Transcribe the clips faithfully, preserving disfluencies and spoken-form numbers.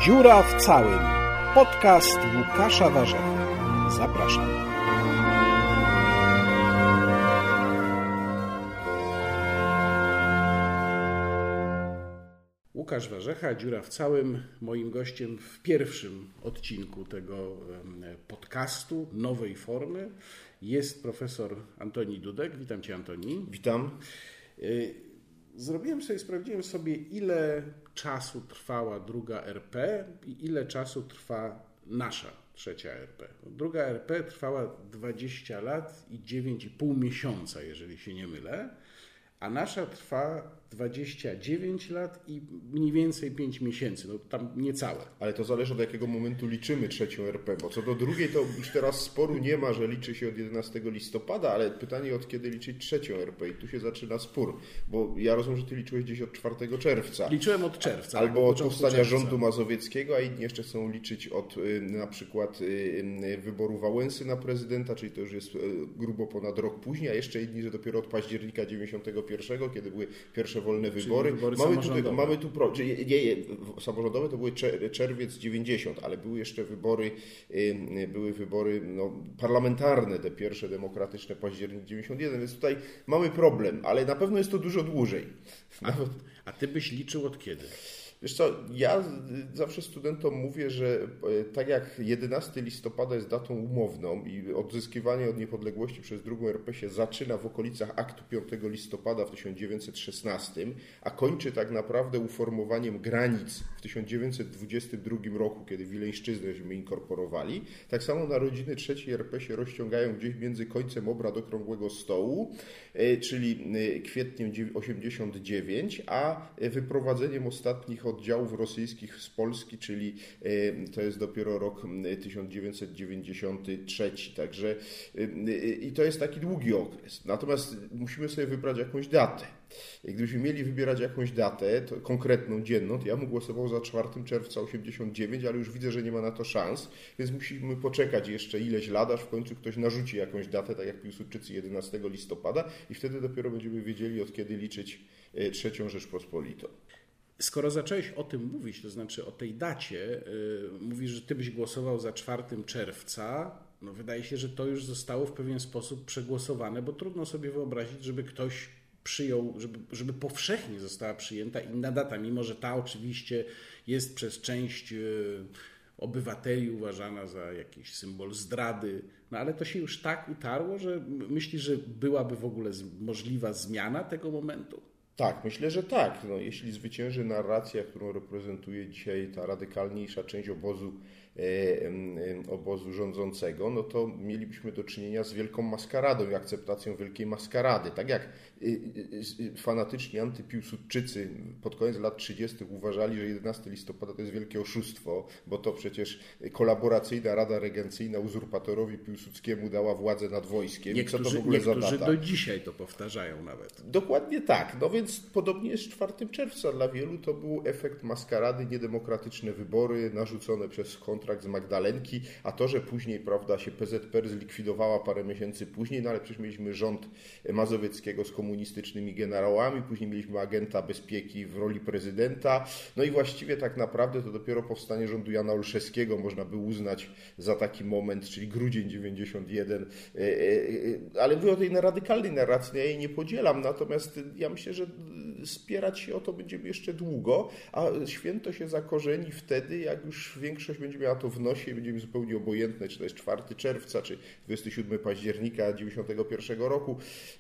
Dziura w całym. Podcast Łukasza Warzechy. Zapraszam. Łukasz Warzecha, Dziura w całym, moim gościem w pierwszym odcinku tego podcastu, nowej formy, jest profesor Antoni Dudek. Witam Cię, Antoni. Witam. Zrobiłem sobie, sprawdziłem sobie, ile czasu trwała druga R P i ile czasu trwa nasza trzecia R P. Druga R P trwała dwadzieścia lat i dziewięć i pół miesiąca, jeżeli się nie mylę, a nasza trwa dwadzieścia dziewięć lat i mniej więcej pięć miesięcy, no tam niecałe. Ale to zależy od jakiego momentu liczymy trzecią R P, bo co do drugiej to już teraz sporu nie ma, że liczy się od jedenastego listopada, ale pytanie od kiedy liczyć trzecią R P i tu się zaczyna spór, bo ja rozumiem, że ty liczyłeś gdzieś od czwartego czerwca. Liczyłem od czerwca. Albo od powstania czerwca. Rządu mazowieckiego, a inni jeszcze chcą liczyć od na przykład wyboru Wałęsy na prezydenta, czyli to już jest grubo ponad rok później, a jeszcze inni, że dopiero od października dziewięćdziesiątego pierwszego, kiedy były pierwsze wolne wybory. wybory mamy, tutaj, mamy tu pro, nie, nie, samorządowe to były czerwiec dziewięćdziesiąt, ale były jeszcze wybory, były wybory no, parlamentarne, te pierwsze demokratyczne, październik dziewięćdziesiąt jeden, więc tutaj mamy problem, ale na pewno jest to dużo dłużej. A, a ty byś liczył od kiedy? Wiesz co, ja zawsze studentom mówię, że tak jak jedenastego listopada jest datą umowną i odzyskiwanie od niepodległości przez drugą R P się zaczyna w okolicach aktu piątego listopada w tysiąc dziewięćset szesnastym, a kończy tak naprawdę uformowaniem granic w tysiąc dziewięćset dwudziestym drugim roku, kiedy Wileńszczyznę żeśmy inkorporowali, tak samo narodziny trzeciej R P się rozciągają gdzieś między końcem obrad Okrągłego Stołu, czyli kwietniem osiemdziesiąt dziewięć, a wyprowadzeniem ostatnich oddziałów rosyjskich z Polski, czyli to jest dopiero rok tysiąc dziewięćset dziewięćdziesiąty trzeci. Także i to jest taki długi okres. Natomiast musimy sobie wybrać jakąś datę. Gdybyśmy mieli wybierać jakąś datę, to konkretną, dzienną, to ja bym głosował za czwartego czerwca osiemdziesiąt dziewięć, ale już widzę, że nie ma na to szans, więc musimy poczekać jeszcze ileś lat, aż w końcu ktoś narzuci jakąś datę, tak jak Piłsudczycy jedenastego listopada i wtedy dopiero będziemy wiedzieli, od kiedy liczyć trzecią Rzeczpospolitą. Skoro zacząłeś o tym mówić, to znaczy o tej dacie, yy, mówisz, że ty byś głosował za czwartego czerwca, no wydaje się, że to już zostało w pewien sposób przegłosowane, bo trudno sobie wyobrazić, żeby ktoś przyjął, żeby, żeby powszechnie została przyjęta inna data, mimo że ta oczywiście jest przez część yy, obywateli uważana za jakiś symbol zdrady, no ale to się już tak utarło, że myślisz, że byłaby w ogóle możliwa zmiana tego momentu? Tak, myślę, że tak. No, jeśli zwycięży narracja, którą reprezentuje dzisiaj ta radykalniejsza część obozu, e, e, obozu rządzącego, no to mielibyśmy do czynienia z wielką maskaradą i akceptacją wielkiej maskarady. Tak jak e, e, fanatyczni antypiłsudczycy pod koniec lat trzydziestych uważali, że jedenastego listopada to jest wielkie oszustwo, bo to przecież kolaboracyjna Rada Regencyjna uzurpatorowi Piłsudskiemu dała władzę nad wojskiem. Niektórzy, Co to w ogóle za niektórzy data? do dzisiaj to powtarzają nawet. Dokładnie tak. No więc podobnie jest czwartego czerwca. Dla wielu to był efekt maskarady, niedemokratyczne wybory narzucone przez kontrakt z Magdalenki, a to, że później, prawda, się P Z P R zlikwidowała parę miesięcy później, no ale przecież mieliśmy rząd mazowieckiego z komunistycznymi generałami, później mieliśmy agenta bezpieki w roli prezydenta, no i właściwie tak naprawdę to dopiero powstanie rządu Jana Olszewskiego można by uznać za taki moment, czyli grudzień dziewięćdziesiąty pierwszy, ale mówię o tej radykalnej narracji, ja jej nie podzielam, natomiast ja myślę, że spierać się o to będziemy jeszcze długo, a święto się zakorzeni wtedy, jak już większość będzie miała to w nosie i będzie mi zupełnie obojętne, czy to jest czwartego czerwca, czy dwudziestego siódmego października dziewięćdziesiątego pierwszego roku.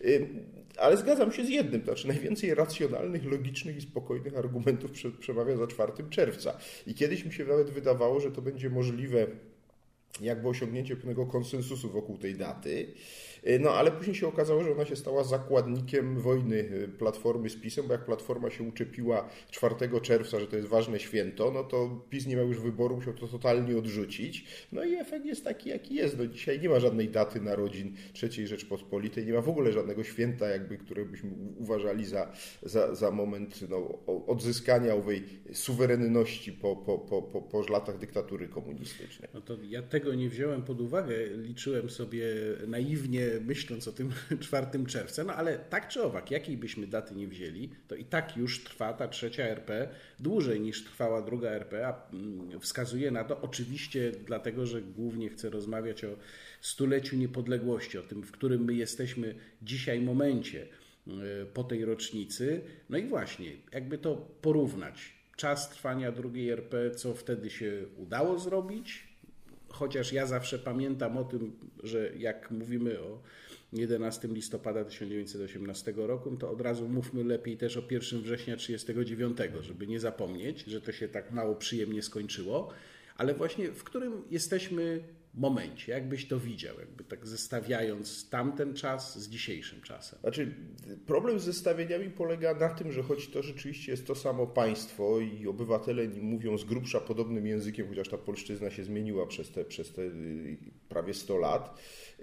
Ale zgadzam się z jednym, to znaczy najwięcej racjonalnych, logicznych i spokojnych argumentów przemawia za czwartego czerwca. I kiedyś mi się nawet wydawało, że to będzie możliwe jakby osiągnięcie pewnego konsensusu wokół tej daty. No ale później się okazało, że ona się stała zakładnikiem wojny Platformy z PiS-em, bo jak Platforma się uczepiła czwartego czerwca, że to jest ważne święto, no to PiS nie miał już wyboru, musiał to totalnie odrzucić. No i efekt jest taki, jaki jest. No dzisiaj nie ma żadnej daty narodzin trzeciej Rzeczpospolitej, nie ma w ogóle żadnego święta, jakby, które byśmy uważali za, za, za moment no, odzyskania owej suwerenności po, po, po, po, po latach dyktatury komunistycznej. No to ja te, tego nie wziąłem pod uwagę, liczyłem sobie naiwnie, myśląc o tym czwartego czerwca, no ale tak czy owak, jakiej byśmy daty nie wzięli, to i tak już trwa ta trzecia R P dłużej niż trwała druga R P, a wskazuje na to oczywiście dlatego, że głównie chcę rozmawiać o stuleciu niepodległości, o tym, w którym my jesteśmy dzisiaj momencie po tej rocznicy. No i właśnie, jakby to porównać. Czas trwania drugiej R P, co wtedy się udało zrobić, chociaż ja zawsze pamiętam o tym, że jak mówimy o jedenastego listopada tysiąc dziewięćset osiemnastego roku, to od razu mówmy lepiej też o pierwszego września tysiąc dziewięćset trzydziestego dziewiątego, żeby nie zapomnieć, że to się tak mało przyjemnie skończyło, ale właśnie w którym jesteśmy momencie, jakbyś to widział, jakby tak zestawiając tamten czas z dzisiejszym czasem. Znaczy, problem z zestawieniami polega na tym, że choć to rzeczywiście jest to samo państwo i obywatele nim mówią z grubsza podobnym językiem, chociaż ta polszczyzna się zmieniła przez te, przez te prawie sto lat,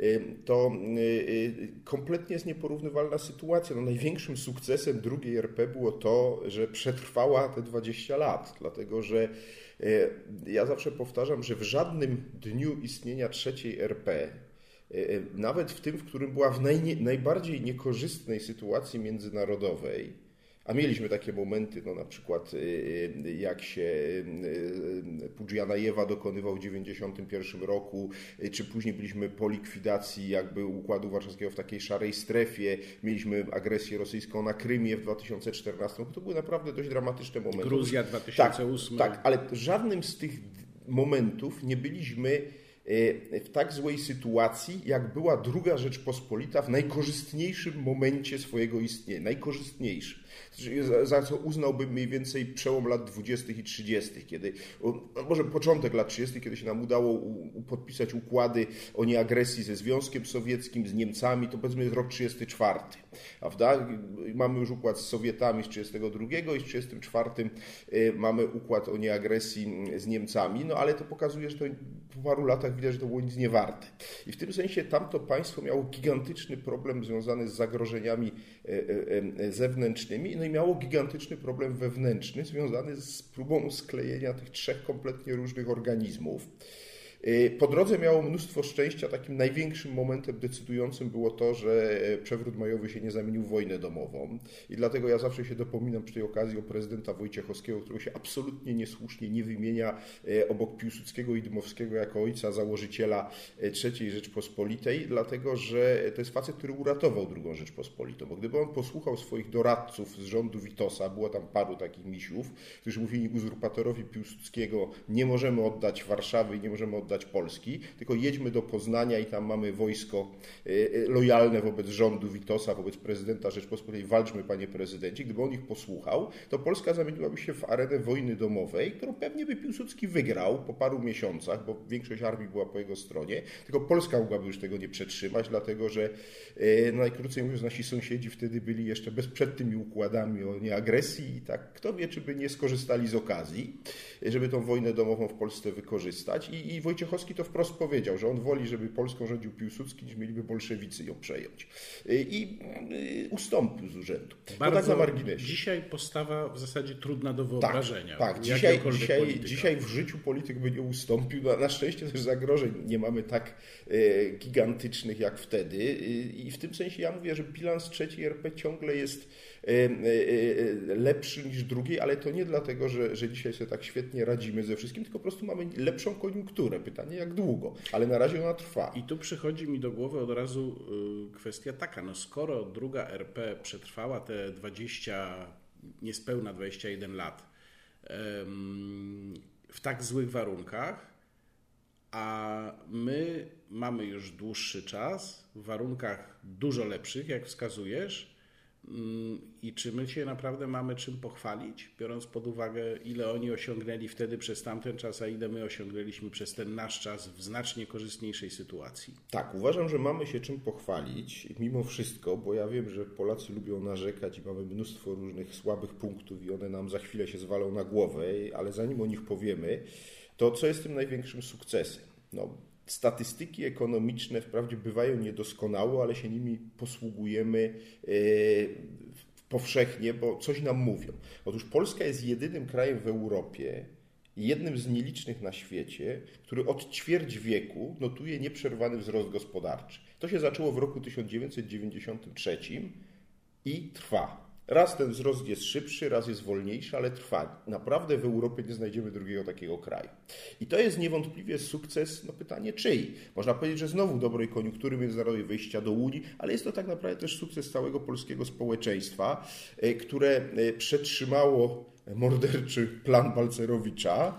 to kompletnie jest nieporównywalna sytuacja. No, największym sukcesem drugiej R P było to, że przetrwała te dwadzieścia lat, dlatego że ja zawsze powtarzam, że w żadnym dniu istnienia trzeciej R P, nawet w tym, w którym była w naj, najbardziej niekorzystnej sytuacji międzynarodowej, a mieliśmy takie momenty, no na przykład jak się Pudzianajewa dokonywał w dziewięćdziesiątym pierwszym roku, czy później byliśmy po likwidacji jakby Układu Warszawskiego w takiej szarej strefie, mieliśmy agresję rosyjską na Krymie w dwa tysiące czternastym roku, to były naprawdę dość dramatyczne momenty. Gruzja dwa tysiące ósmy. Tak, tak, ale żadnym z tych momentów nie byliśmy w tak złej sytuacji, jak była druga Rzeczpospolita w najkorzystniejszym momencie swojego istnienia. Najkorzystniejszym. Za co uznałbym mniej więcej przełom lat dwudziestych i trzydziestych, kiedy, może początek lat trzydziestych, kiedy się nam udało podpisać układy o nieagresji ze Związkiem Sowieckim, z Niemcami, to powiedzmy jest rok trzydziesty czwarty. Prawda? Mamy już układ z Sowietami z trzydziestego drugiego i z trzydziestym czwartym mamy układ o nieagresji z Niemcami, no ale to pokazuje, że to po paru latach widać, że to było nic nie warte. I w tym sensie tamto państwo miało gigantyczny problem związany z zagrożeniami zewnętrznymi, no i miało gigantyczny problem wewnętrzny związany z próbą sklejenia tych trzech kompletnie różnych organizmów. Po drodze miało mnóstwo szczęścia. Takim największym momentem decydującym było to, że przewrót majowy się nie zamienił w wojnę domową. I dlatego ja zawsze się dopominam przy tej okazji o prezydenta Wojciechowskiego, którego się absolutnie niesłusznie nie wymienia obok Piłsudskiego i Dmowskiego jako ojca założyciela trzeciej Rzeczpospolitej, dlatego że to jest facet, który uratował drugą Rzeczpospolitą. Bo gdyby on posłuchał swoich doradców z rządu Witosa, było tam paru takich misiów, którzy mówili uzurpatorowi Piłsudskiego: nie możemy oddać Warszawy i nie możemy oddać Polski, tylko jedźmy do Poznania i tam mamy wojsko lojalne wobec rządu Witosa, wobec prezydenta Rzeczpospolitej, walczmy, panie prezydencie. Gdyby on ich posłuchał, to Polska zamieniłaby się w arenę wojny domowej, którą pewnie by Piłsudski wygrał po paru miesiącach, bo większość armii była po jego stronie, tylko Polska mogłaby już tego nie przetrzymać, dlatego że najkrócej mówiąc, nasi sąsiedzi wtedy byli jeszcze bez przed tymi układami o nieagresji i tak kto wie, czy by nie skorzystali z okazji, żeby tą wojnę domową w Polsce wykorzystać. I, i Wojciechowski to wprost powiedział, że on woli, żeby Polską rządził Piłsudski, niż mieliby bolszewicy ją przejąć. I ustąpił z urzędu. Bardzo tak na marginesie. Dzisiaj postawa w zasadzie trudna do wyobrażenia. Tak, tak. Dzisiaj, dzisiaj, dzisiaj w życiu polityk by nie ustąpił. Na, na szczęście też zagrożeń nie mamy tak e, gigantycznych jak wtedy. I, I w tym sensie ja mówię, że bilans trzeciej R P ciągle jest e, e, lepszy niż drugiej, ale to nie dlatego, że, że dzisiaj sobie tak świetnie radzimy ze wszystkim, tylko po prostu mamy lepszą koniunkturę. Pytanie jak długo, ale na razie ona trwa. I tu przychodzi mi do głowy od razu kwestia taka, no skoro druga R P przetrwała te dwadzieścia, niespełna dwadzieścia jeden lat w tak złych warunkach, a my mamy już dłuższy czas w warunkach dużo lepszych, jak wskazujesz, i czy my się naprawdę mamy czym pochwalić, biorąc pod uwagę, ile oni osiągnęli wtedy przez tamten czas, a ile my osiągnęliśmy przez ten nasz czas w znacznie korzystniejszej sytuacji? Tak, uważam, że mamy się czym pochwalić mimo wszystko, bo ja wiem, że Polacy lubią narzekać i mamy mnóstwo różnych słabych punktów i one nam za chwilę się zwalą na głowę, ale zanim o nich powiemy, to co jest tym największym sukcesem? No, statystyki ekonomiczne wprawdzie bywają niedoskonałe, ale się nimi posługujemy powszechnie, bo coś nam mówią. Otóż Polska jest jedynym krajem w Europie, i jednym z nielicznych na świecie, który od ćwierć wieku notuje nieprzerwany wzrost gospodarczy. To się zaczęło w roku tysiąc dziewięćset dziewięćdziesiątym trzecim i trwa. Raz ten wzrost jest szybszy, raz jest wolniejszy, ale trwa. Naprawdę w Europie nie znajdziemy drugiego takiego kraju. I to jest niewątpliwie sukces, no pytanie czyj? Można powiedzieć, że znowu dobrej koniunktury międzynarodowej, wejścia do Unii, ale jest to tak naprawdę też sukces całego polskiego społeczeństwa, które przetrzymało morderczy plan Balcerowicza,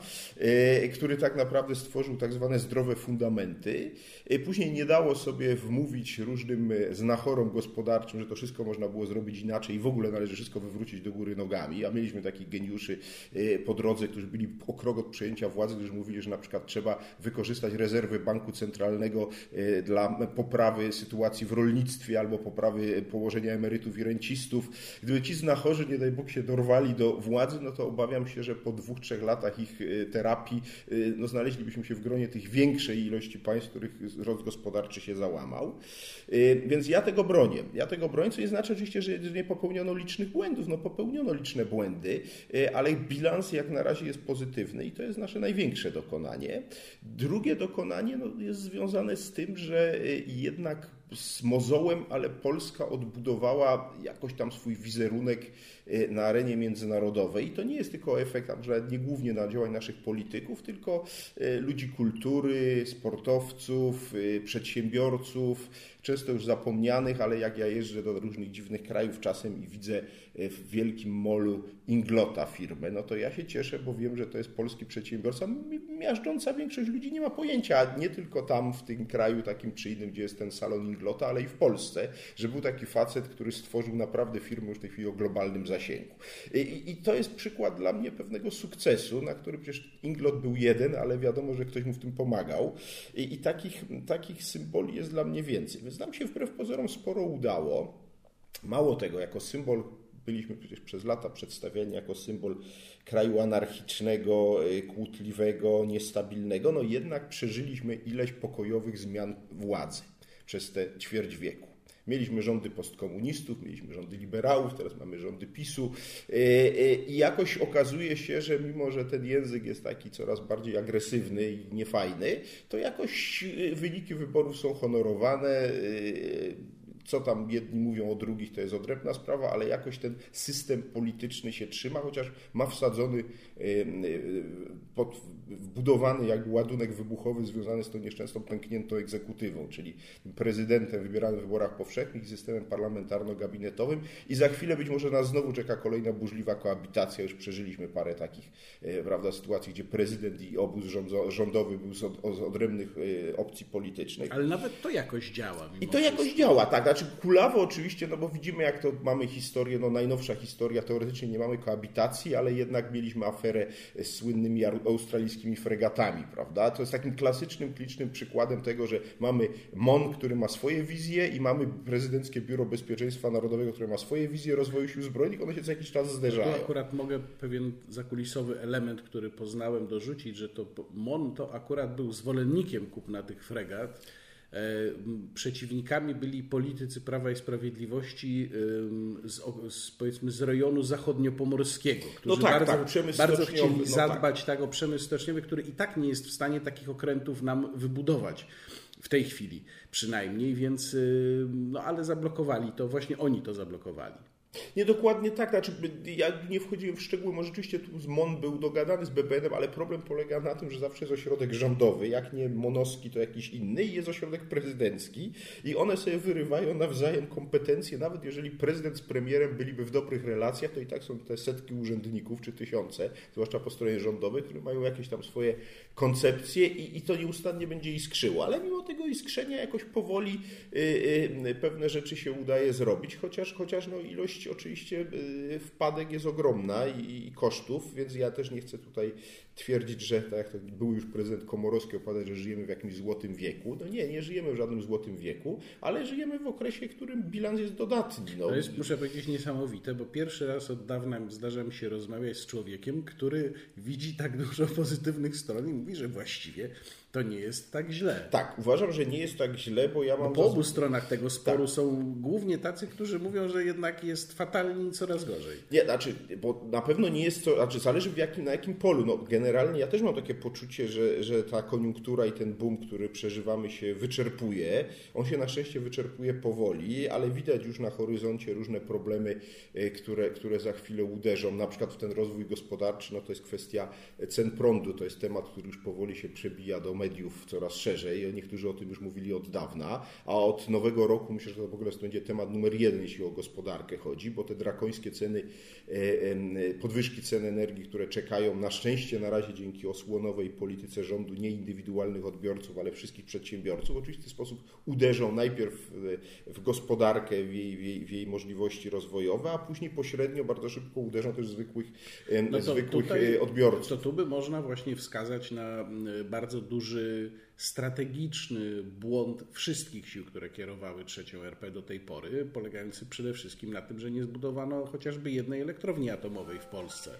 który tak naprawdę stworzył tak zwane zdrowe fundamenty. Później nie dało sobie wmówić różnym znachorom gospodarczym, że to wszystko można było zrobić inaczej i w ogóle należy wszystko wywrócić do góry nogami. A mieliśmy takich geniuszy po drodze, którzy byli o krok od przejęcia władzy, którzy mówili, że na przykład trzeba wykorzystać rezerwy Banku Centralnego dla poprawy sytuacji w rolnictwie albo poprawy położenia emerytów i rencistów. Gdyby ci znachorzy, nie daj Bóg, się dorwali do władzy, no to obawiam się, że po dwóch, trzech latach ich terapii no znaleźlibyśmy się w gronie tych większej ilości państw, których wzrost gospodarczy się załamał. Więc ja tego bronię. Ja tego bronię, co nie znaczy oczywiście, że nie popełniono licznych błędów. No popełniono liczne błędy, ale bilans jak na razie jest pozytywny i to jest nasze największe dokonanie. Drugie dokonanie no, jest związane z tym, że jednak z mozołem, ale Polska odbudowała jakoś tam swój wizerunek na arenie międzynarodowej. I to nie jest tylko efekt, że nie głównie na działań naszych polityków, tylko ludzi kultury, sportowców, przedsiębiorców, często już zapomnianych, ale jak ja jeżdżę do różnych dziwnych krajów czasem i widzę w wielkim molu Inglota firmę, no to ja się cieszę, bo wiem, że to jest polski przedsiębiorca. Miażdżąca większość ludzi nie ma pojęcia, nie tylko tam w tym kraju takim czy innym, gdzie jest ten salon Inglota, ale i w Polsce, że był taki facet, który stworzył naprawdę firmę już w tej chwili o globalnym zasięgu. I, i to jest przykład dla mnie pewnego sukcesu, na który przecież Inglot był jeden, ale wiadomo, że ktoś mu w tym pomagał. I, i takich, takich symboli jest dla mnie więcej. Więc nam się wbrew pozorom sporo udało. Mało tego, jako symbol byliśmy przecież przez lata przedstawiani jako symbol kraju anarchicznego, kłótliwego, niestabilnego, no jednak przeżyliśmy ileś pokojowych zmian władzy przez te ćwierć wieku. Mieliśmy rządy postkomunistów, mieliśmy rządy liberałów, teraz mamy rządy PiSu i jakoś okazuje się, że mimo, że ten język jest taki coraz bardziej agresywny i niefajny, to jakoś wyniki wyborów są honorowane. Co tam jedni mówią o drugich, to jest odrębna sprawa, ale jakoś ten system polityczny się trzyma, chociaż ma wsadzony, pod, wbudowany jakby ładunek wybuchowy związany z tą nieszczęsną pękniętą egzekutywą, czyli prezydentem wybieranym w wyborach powszechnych, systemem parlamentarno-gabinetowym i za chwilę być może nas znowu czeka kolejna burzliwa koabitacja. Już przeżyliśmy parę takich prawda, sytuacji, gdzie prezydent i obóz rządowy był z, od, z odrębnych opcji politycznych. Ale nawet to jakoś działa. I to jakoś wszystko. działa, tak. Znaczy kulawo oczywiście, no bo widzimy jak to mamy historię, no najnowsza historia, teoretycznie nie mamy koabitacji, ale jednak mieliśmy aferę z słynnymi australijskimi fregatami, prawda? To jest takim klasycznym, klicznym przykładem tego, że mamy M O N, który ma swoje wizje i mamy Prezydenckie Biuro Bezpieczeństwa Narodowego, które ma swoje wizje rozwoju sił zbrojnych, one się co jakiś czas zderzają. Tu akurat mogę pewien zakulisowy element, który poznałem, dorzucić, że to M O N to akurat był zwolennikiem kupna tych fregat. Przeciwnikami byli politycy Prawa i Sprawiedliwości z, z, powiedzmy z rejonu zachodniopomorskiego, którzy no tak, bardzo, tak, bardzo chcieli no zadbać tak. Tak, o przemysł stoczniowy, który i tak nie jest w stanie takich okrętów nam wybudować w tej chwili przynajmniej, więc no ale zablokowali to, właśnie oni to zablokowali. Nie dokładnie tak, znaczy ja nie wchodziłem w szczegóły, może rzeczywiście tu z M O N był dogadany z B B N-em, ale problem polega na tym, że zawsze jest ośrodek rządowy, jak nie monowski, to jakiś inny i jest ośrodek prezydencki i one sobie wyrywają nawzajem kompetencje, nawet jeżeli prezydent z premierem byliby w dobrych relacjach, to i tak są te setki urzędników, czy tysiące, zwłaszcza po stronie rządowej, które mają jakieś tam swoje koncepcje i, i to nieustannie będzie iskrzyło, ale mimo tego iskrzenia jakoś powoli yy, yy, pewne rzeczy się udaje zrobić, chociaż, chociaż no ilość oczywiście wpadek jest ogromna i kosztów, więc ja też nie chcę tutaj twierdzić, że tak jak to był już prezydent Komorowski opowiadać, że żyjemy w jakimś złotym wieku. No nie, nie żyjemy w żadnym złotym wieku, ale żyjemy w okresie, w którym bilans jest dodatni. No. To jest, muszę powiedzieć, niesamowite, bo pierwszy raz od dawna zdarza mi się rozmawiać z człowiekiem, który widzi tak dużo pozytywnych stron i mówi, że właściwie to nie jest tak źle. Tak, uważam, że nie jest tak źle, bo ja mam... Bo po obu stronach tego sporu tak. są głównie tacy, którzy mówią, że jednak jest fatalnie i coraz gorzej. Nie, znaczy, bo na pewno nie jest to, znaczy zależy w jakim, na jakim polu. No, generalnie ja też mam takie poczucie, że, że ta koniunktura i ten boom, który przeżywamy, się wyczerpuje. On się na szczęście wyczerpuje powoli, ale widać już na horyzoncie różne problemy, które, które za chwilę uderzą. Na przykład w ten rozwój gospodarczy, no to jest kwestia cen prądu. To jest temat, który już powoli się przebija do mediów coraz szerzej. Niektórzy o tym już mówili od dawna, a od nowego roku myślę, że to w ogóle będzie temat numer jeden, jeśli o gospodarkę chodzi, bo te drakońskie ceny, podwyżki cen energii, które czekają na szczęście na razie dzięki osłonowej polityce rządu, nie indywidualnych odbiorców, ale wszystkich przedsiębiorców, oczywiście w ten sposób uderzą najpierw w gospodarkę, w jej, w jej, w jej możliwości rozwojowe, a później pośrednio bardzo szybko uderzą też w zwykłych, no to zwykłych tutaj, odbiorców. To tu by można właśnie wskazać na bardzo duży strategiczny błąd wszystkich sił, które kierowały trzecią R P do tej pory, polegający przede wszystkim na tym, że nie zbudowano chociażby jednej elektrowni atomowej w Polsce.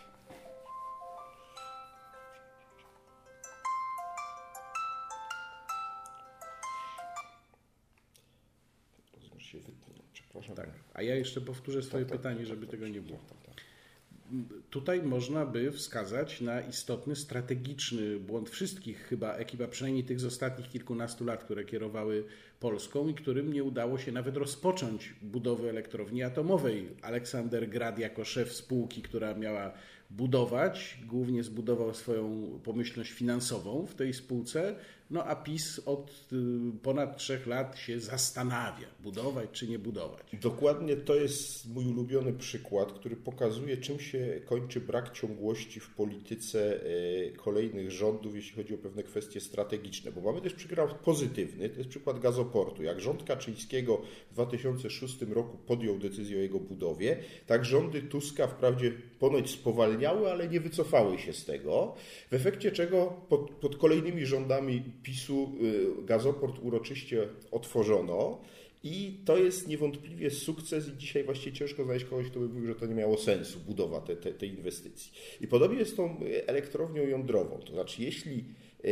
Przepraszam. Tak. A ja jeszcze powtórzę swoje tak, pytanie, tak, żeby tak, tego tak, nie było. Tak, tak, tak. Tutaj można by wskazać na istotny, strategiczny błąd wszystkich chyba ekip, a przynajmniej tych z ostatnich kilkunastu lat, które kierowały Polską i którym nie udało się nawet rozpocząć budowy elektrowni atomowej. Aleksander Grad jako szef spółki, która miała budować, głównie zbudował swoją pomyślność finansową w tej spółce, no a PiS od ponad trzech lat się zastanawia, budować czy nie budować. Dokładnie to jest mój ulubiony przykład, który pokazuje, czym się kończy brak ciągłości w polityce kolejnych rządów, jeśli chodzi o pewne kwestie strategiczne. Bo mamy też przykład pozytywny, to jest przykład gazoportu. Jak rząd Kaczyńskiego w dwa tysiące szóstym roku podjął decyzję o jego budowie, tak rządy Tuska wprawdzie ponoć spowalniały, ale nie wycofały się z tego, w efekcie czego pod, pod kolejnymi rządami PiSu gazoport uroczyście otworzono i to jest niewątpliwie sukces i dzisiaj właściwie ciężko znaleźć kogoś, kto by mówił, że to nie miało sensu, budowa tej te, te inwestycji. I podobnie jest z tą elektrownią jądrową, to znaczy jeśli e,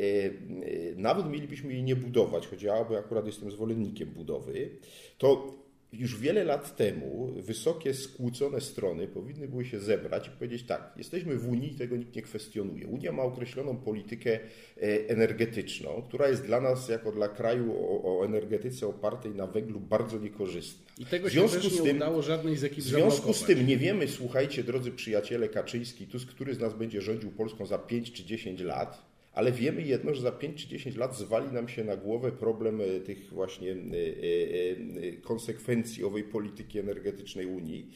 e, nawet mielibyśmy jej nie budować, choć ja akurat jestem zwolennikiem budowy, to już wiele lat temu wysokie, skłócone strony powinny były się zebrać i powiedzieć tak, jesteśmy w Unii i tego nikt nie kwestionuje. Unia ma określoną politykę energetyczną, która jest dla nas, jako dla kraju o, o energetyce opartej na węglu, bardzo niekorzystna. I tego się też nie tym, udało żadnej z ekip W związku z tym nie wiemy, słuchajcie, drodzy przyjaciele Kaczyński i Tusk, który z nas będzie rządził Polską za pięć czy dziesięć lat, ale wiemy jedno, że za pięć czy dziesięć lat zwali nam się na głowę problem tych właśnie konsekwencji owej polityki energetycznej Unii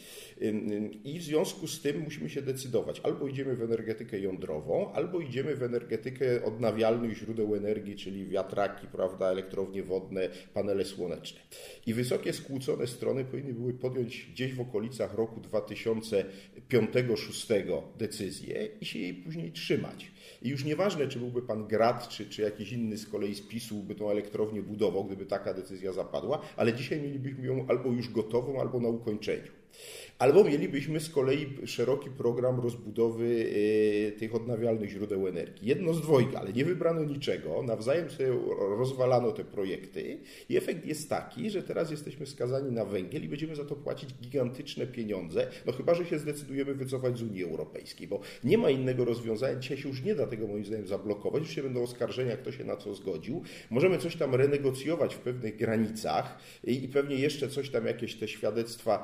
i w związku z tym musimy się decydować. Albo idziemy w energetykę jądrową, albo idziemy w energetykę odnawialnych źródeł energii, czyli wiatraki, prawda, elektrownie wodne, panele słoneczne. I wysokie, skłócone strony powinny były podjąć gdzieś w okolicach roku dwa tysiące piątego do dwa tysiące szóstego decyzję i się jej później trzymać. I już nieważne, czy byłby pan Grad, czy, czy jakiś inny z kolei z PiSu by tą elektrownię budował, gdyby taka decyzja zapadła, ale dzisiaj mielibyśmy ją albo już gotową, albo na ukończeniu. Albo mielibyśmy z kolei szeroki program rozbudowy tych odnawialnych źródeł energii. Jedno z dwojga, ale nie wybrano niczego, nawzajem sobie rozwalano te projekty i efekt jest taki, że teraz jesteśmy skazani na węgiel i będziemy za to płacić gigantyczne pieniądze, no chyba, że się zdecydujemy wycofać z Unii Europejskiej, bo nie ma innego rozwiązania. Dzisiaj się już nie da tego moim zdaniem zablokować, już się będą oskarżenia, kto się na co zgodził. Możemy coś tam renegocjować w pewnych granicach i pewnie jeszcze coś tam, jakieś te świadectwa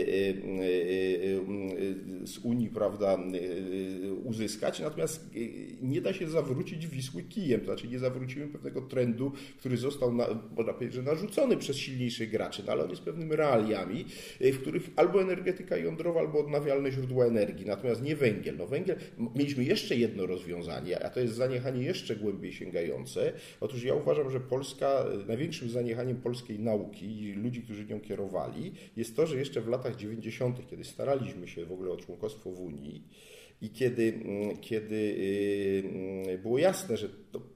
z Unii, prawda, uzyskać, natomiast nie da się zawrócić Wisły kijem, to znaczy nie zawrócimy pewnego trendu, który został, na, można powiedzieć, że narzucony przez silniejszych graczy, no ale on jest pewnymi realiami, w których albo energetyka jądrowa, albo odnawialne źródła energii, natomiast nie węgiel. No węgiel, mieliśmy jeszcze jedno rozwiązanie, a to jest zaniechanie jeszcze głębiej sięgające. Otóż ja uważam, że Polska, największym zaniechaniem polskiej nauki i ludzi, którzy nią kierowali, jest to, że jeszcze w latach dziewięćdziesiątych, kiedy staraliśmy się w ogóle o członkostwo w Unii i kiedy, kiedy było jasne, że to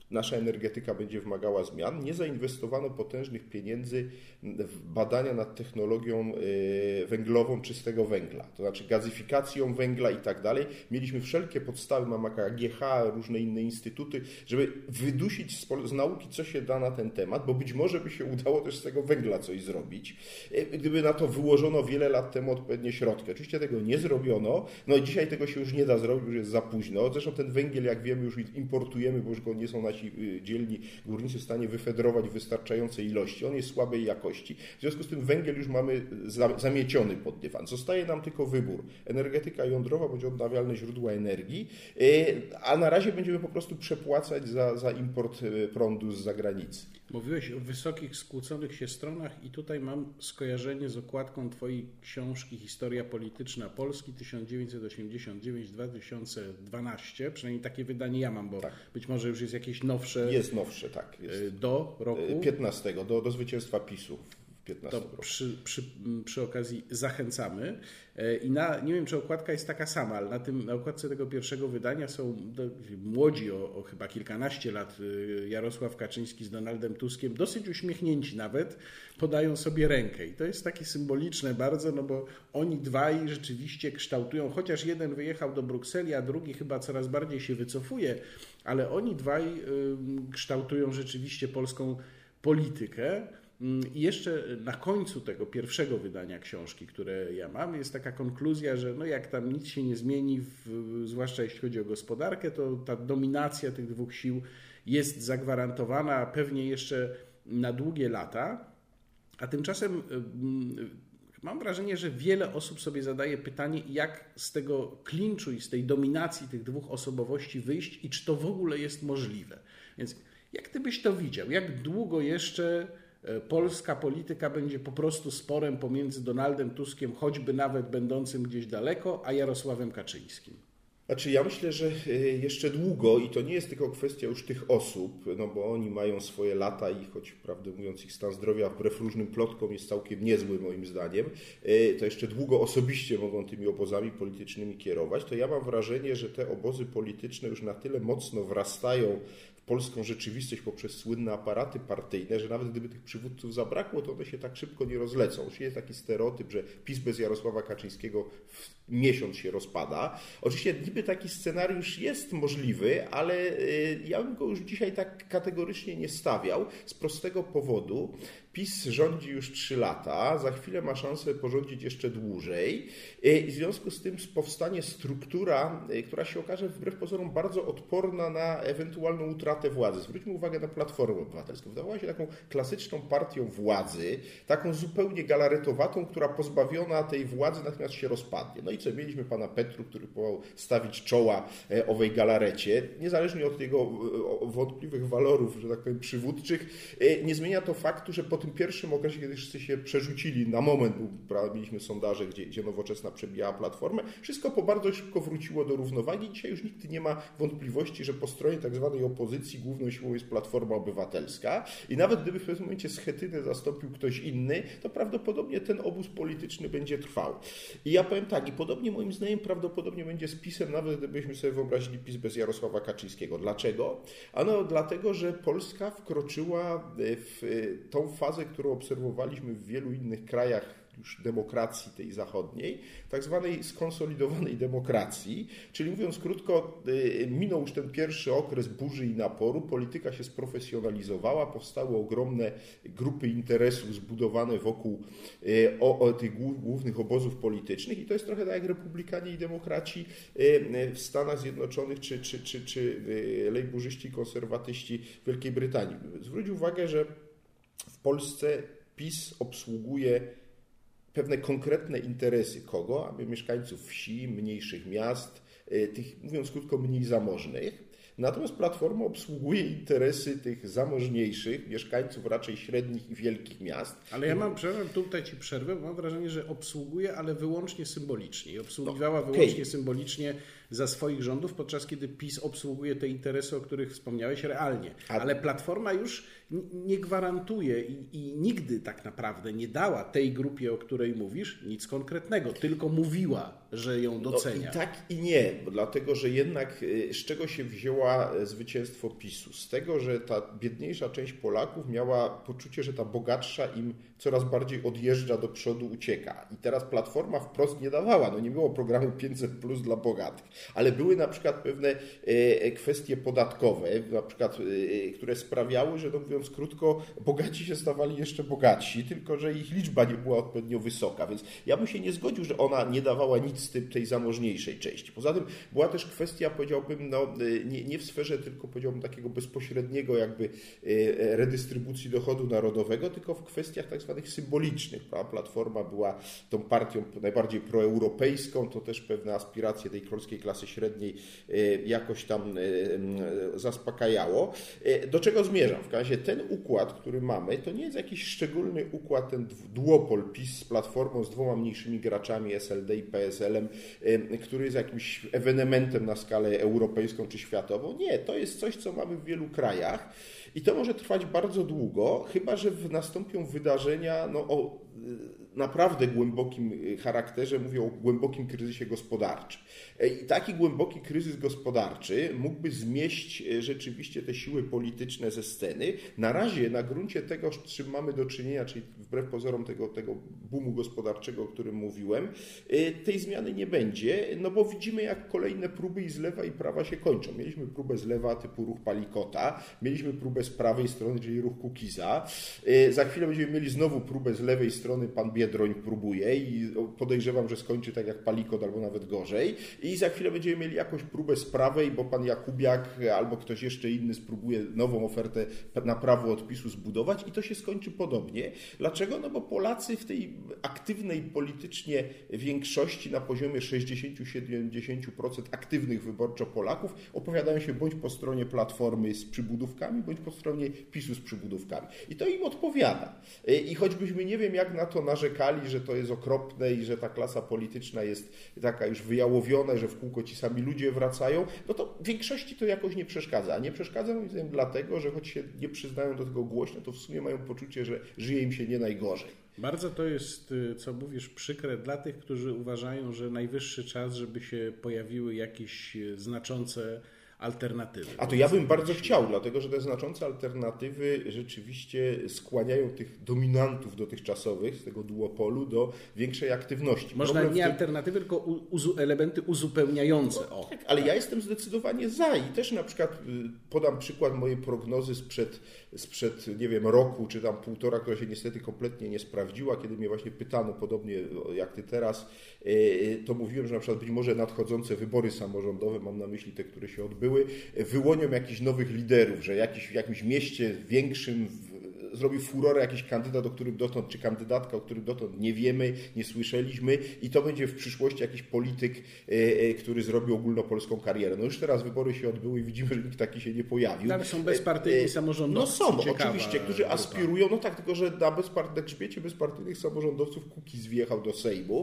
nasza energetyka będzie wymagała zmian. Nie zainwestowano potężnych pieniędzy w badania nad technologią węglową czystego węgla, to znaczy gazyfikacją węgla i tak dalej. Mieliśmy wszelkie podstawy, mamy A G H, różne inne instytuty, żeby wydusić z, z nauki, co się da na ten temat, bo być może by się udało też z tego węgla coś zrobić, gdyby na to wyłożono wiele lat temu odpowiednie środki. Oczywiście tego nie zrobiono, no i dzisiaj tego się już nie da zrobić, już jest za późno. Zresztą ten węgiel, jak wiemy, już importujemy, bo już go nie są nasi dzielni górnicy w stanie wyfedrować w wystarczającej ilości. On jest słabej jakości. W związku z tym węgiel już mamy zamieciony pod dywan. Zostaje nam tylko wybór. Energetyka jądrowa bądź odnawialne źródła energii, a na razie będziemy po prostu przepłacać za, za import prądu z zagranicy. Mówiłeś o wysokich, skłóconych się stronach i tutaj mam skojarzenie z okładką Twojej książki Historia polityczna Polski tysiąc dziewięćset osiemdziesiąt dziewięć do dwa tysiące dwanaście. Przynajmniej takie wydanie ja mam, bo tak. Być może już jest jakieś nowsze. Jest nowsze, tak. Jest. Do roku? piętnastego, do, do zwycięstwa PiSu. To przy, przy, przy okazji zachęcamy. I na, nie wiem, czy okładka jest taka sama, ale na, tym, na okładce tego pierwszego wydania są młodzi o, o chyba kilkanaście lat Jarosław Kaczyński z Donaldem Tuskiem, dosyć uśmiechnięci nawet, podają sobie rękę. I to jest takie symboliczne bardzo, no bo oni dwaj rzeczywiście kształtują, chociaż jeden wyjechał do Brukseli, a drugi chyba coraz bardziej się wycofuje, ale oni dwaj kształtują rzeczywiście polską politykę. I jeszcze na końcu tego pierwszego wydania książki, które ja mam, jest taka konkluzja, że no jak tam nic się nie zmieni, w, zwłaszcza jeśli chodzi o gospodarkę, to ta dominacja tych dwóch sił jest zagwarantowana pewnie jeszcze na długie lata, a tymczasem mam wrażenie, że wiele osób sobie zadaje pytanie, jak z tego klinczu i z tej dominacji tych dwóch osobowości wyjść i czy to w ogóle jest możliwe. Więc jak ty byś to widział? Jak długo jeszcze polska polityka będzie po prostu sporem pomiędzy Donaldem Tuskiem, choćby nawet będącym gdzieś daleko, a Jarosławem Kaczyńskim? Znaczy ja myślę, że jeszcze długo i to nie jest tylko kwestia już tych osób, no bo oni mają swoje lata i choć prawdę mówiąc ich stan zdrowia wbrew różnym plotkom jest całkiem niezły moim zdaniem, to jeszcze długo osobiście mogą tymi obozami politycznymi kierować, to ja mam wrażenie, że te obozy polityczne już na tyle mocno wrastają polską rzeczywistość poprzez słynne aparaty partyjne, że nawet gdyby tych przywódców zabrakło, to one się tak szybko nie rozlecą. Już jest taki stereotyp, że PiS bez Jarosława Kaczyńskiego w miesiąc się rozpada. Oczywiście niby taki scenariusz jest możliwy, ale ja bym go już dzisiaj tak kategorycznie nie stawiał z prostego powodu. PiS rządzi już trzy lata, za chwilę ma szansę porządzić jeszcze dłużej i w związku z tym powstanie struktura, która się okaże wbrew pozorom bardzo odporna na ewentualną utratę władzy. Zwróćmy uwagę na Platformę Obywatelską. Wydawała się taką klasyczną partią władzy, taką zupełnie galaretowatą, która pozbawiona tej władzy natomiast się rozpadnie. No i co? Mieliśmy pana Petru, który próbował stawić czoła owej galarecie. Niezależnie od jego wątpliwych walorów, że tak powiem, przywódczych, nie zmienia to faktu, że po tym pierwszym okresie, kiedy wszyscy się przerzucili na moment, bo mieliśmy sondaże, gdzie, gdzie Nowoczesna przebijała Platformę, wszystko po bardzo szybko wróciło do równowagi. Dzisiaj już nikt nie ma wątpliwości, że po stronie tak zwanej opozycji główną siłą jest Platforma Obywatelska i nawet gdyby w pewnym momencie Schetynę zastąpił ktoś inny, to prawdopodobnie ten obóz polityczny będzie trwał. I ja powiem tak, i podobnie moim zdaniem prawdopodobnie będzie z PiS-em, nawet gdybyśmy sobie wyobrazili PiS bez Jarosława Kaczyńskiego. Dlaczego? Ano dlatego, że Polska wkroczyła w tą fazę, którą obserwowaliśmy w wielu innych krajach już demokracji tej zachodniej, tak zwanej skonsolidowanej demokracji, czyli mówiąc krótko, minął już ten pierwszy okres burzy i naporu, polityka się sprofesjonalizowała, powstały ogromne grupy interesów zbudowane wokół o, o tych głównych obozów politycznych i to jest trochę tak jak republikanie i demokraci w Stanach Zjednoczonych, czy, czy, czy, czy lejburzyści i konserwatyści w Wielkiej Brytanii. Zwróć uwagę, że w Polsce PiS obsługuje pewne konkretne interesy kogo? Aby mieszkańców wsi, mniejszych miast, tych, mówiąc krótko, mniej zamożnych. Natomiast Platforma obsługuje interesy tych zamożniejszych, mieszkańców raczej średnich i wielkich miast. Ale ja mam, przepraszam, tutaj Ci przerwę, bo mam wrażenie, że obsługuje, ale wyłącznie symbolicznie. I obsługiwała no, okay. wyłącznie symbolicznie za swoich rządów, podczas kiedy PiS obsługuje te interesy, o których wspomniałeś, realnie. Ale Platforma już nie gwarantuje i, i nigdy tak naprawdę nie dała tej grupie, o której mówisz, nic konkretnego, tylko mówiła, że ją docenia. No i tak i nie, bo dlatego, że jednak z czego się wzięła zwycięstwo PiSu? Z tego, że ta biedniejsza część Polaków miała poczucie, że ta bogatsza im coraz bardziej odjeżdża do przodu, ucieka. I teraz Platforma wprost nie dawała, no nie było programu pięćset plus dla bogatych, ale były na przykład pewne kwestie podatkowe, na przykład, które sprawiały, że no mówiąc krótko, bogaci się stawali jeszcze bogatsi, tylko że ich liczba nie była odpowiednio wysoka, więc ja bym się nie zgodził, że ona nie dawała nic z tej zamożniejszej części. Poza tym była też kwestia, powiedziałbym, no, nie, nie w sferze tylko powiedziałbym takiego bezpośredniego jakby redystrybucji dochodu narodowego, tylko w kwestiach tak zwanych symbolicznych. Platforma była tą partią najbardziej proeuropejską, to też pewne aspiracje tej polskiej klasy średniej jakoś tam zaspokajało. Do czego zmierzam? W razie ten układ, który mamy, to nie jest jakiś szczególny układ, ten duopol PiS z Platformą, z dwoma mniejszymi graczami, S L D i P S L-em, który jest jakimś ewenementem na skalę europejską czy światową. Nie, to jest coś, co mamy w wielu krajach i to może trwać bardzo długo, chyba że nastąpią wydarzenia no, o naprawdę głębokim charakterze, mówię o głębokim kryzysie gospodarczym. I taki głęboki kryzys gospodarczy mógłby zmieść rzeczywiście te siły polityczne ze sceny. Na razie na gruncie tego, z czym mamy do czynienia, czyli wbrew pozorom tego, tego boomu gospodarczego, o którym mówiłem, tej zmiany nie będzie, no bo widzimy, jak kolejne próby i z lewa i prawa się kończą. Mieliśmy próbę z lewa typu ruch Palikota, mieliśmy próbę z prawej strony, czyli ruch Kukiza. Za chwilę będziemy mieli znowu próbę z lewej strony, pan Biedroń próbuje i podejrzewam, że skończy tak jak Palikot albo nawet gorzej. I za chwilę będziemy mieli jakąś próbę z prawej, bo pan Jakubiak albo ktoś jeszcze inny spróbuje nową ofertę na prawo od PiSu zbudować i to się skończy podobnie. Dlaczego? No bo Polacy w tej aktywnej politycznie większości na poziomie sześćdziesiąt do siedemdziesięciu procent aktywnych wyborczo Polaków opowiadają się bądź po stronie Platformy z przybudówkami, bądź po stronie PiSu z przybudówkami. I to im odpowiada. I choćbyśmy nie wiem jak na to narzekali, że to jest okropne i że ta klasa polityczna jest taka już wyjałowiona, że w kółko ci sami ludzie wracają, no to w większości to jakoś nie przeszkadza. A nie przeszkadza moim zdaniem dlatego, że choć się nie przyznają do tego głośno, to w sumie mają poczucie, że żyje im się nie najgorzej. Bardzo to jest, co mówisz, przykre dla tych, którzy uważają, że najwyższy czas, żeby się pojawiły jakieś znaczące alternatywy. A to ja bym bardzo chciał, dlatego że te znaczące alternatywy rzeczywiście skłaniają tych dominantów dotychczasowych z tego duopolu do większej aktywności. Można Problem nie tym... alternatywy, tylko uzu- elementy uzupełniające. No, o, tak, ale tak. ja jestem zdecydowanie za i też na przykład podam przykład mojej prognozy sprzed, sprzed nie wiem, roku czy tam półtora, która się niestety kompletnie nie sprawdziła, kiedy mnie właśnie pytano, podobnie jak ty teraz, to mówiłem, że na przykład być może nadchodzące wybory samorządowe, mam na myśli te, które się odbyły, wyłonią jakichś nowych liderów, że jakiś, w jakimś mieście większym zrobi furorę jakiś kandydat, o którym dotąd, czy kandydatka, o którym dotąd nie wiemy, nie słyszeliśmy i to będzie w przyszłości jakiś polityk, który zrobi ogólnopolską karierę. No już teraz wybory się odbyły i widzimy, że nikt taki się nie pojawił. Tam są bezpartyjni samorządowcy. No są, oczywiście, którzy grupa. aspirują, no tak, tylko że na, bezpart- na grzbiecie bezpartyjnych samorządowców Kukiz wjechał do Sejmu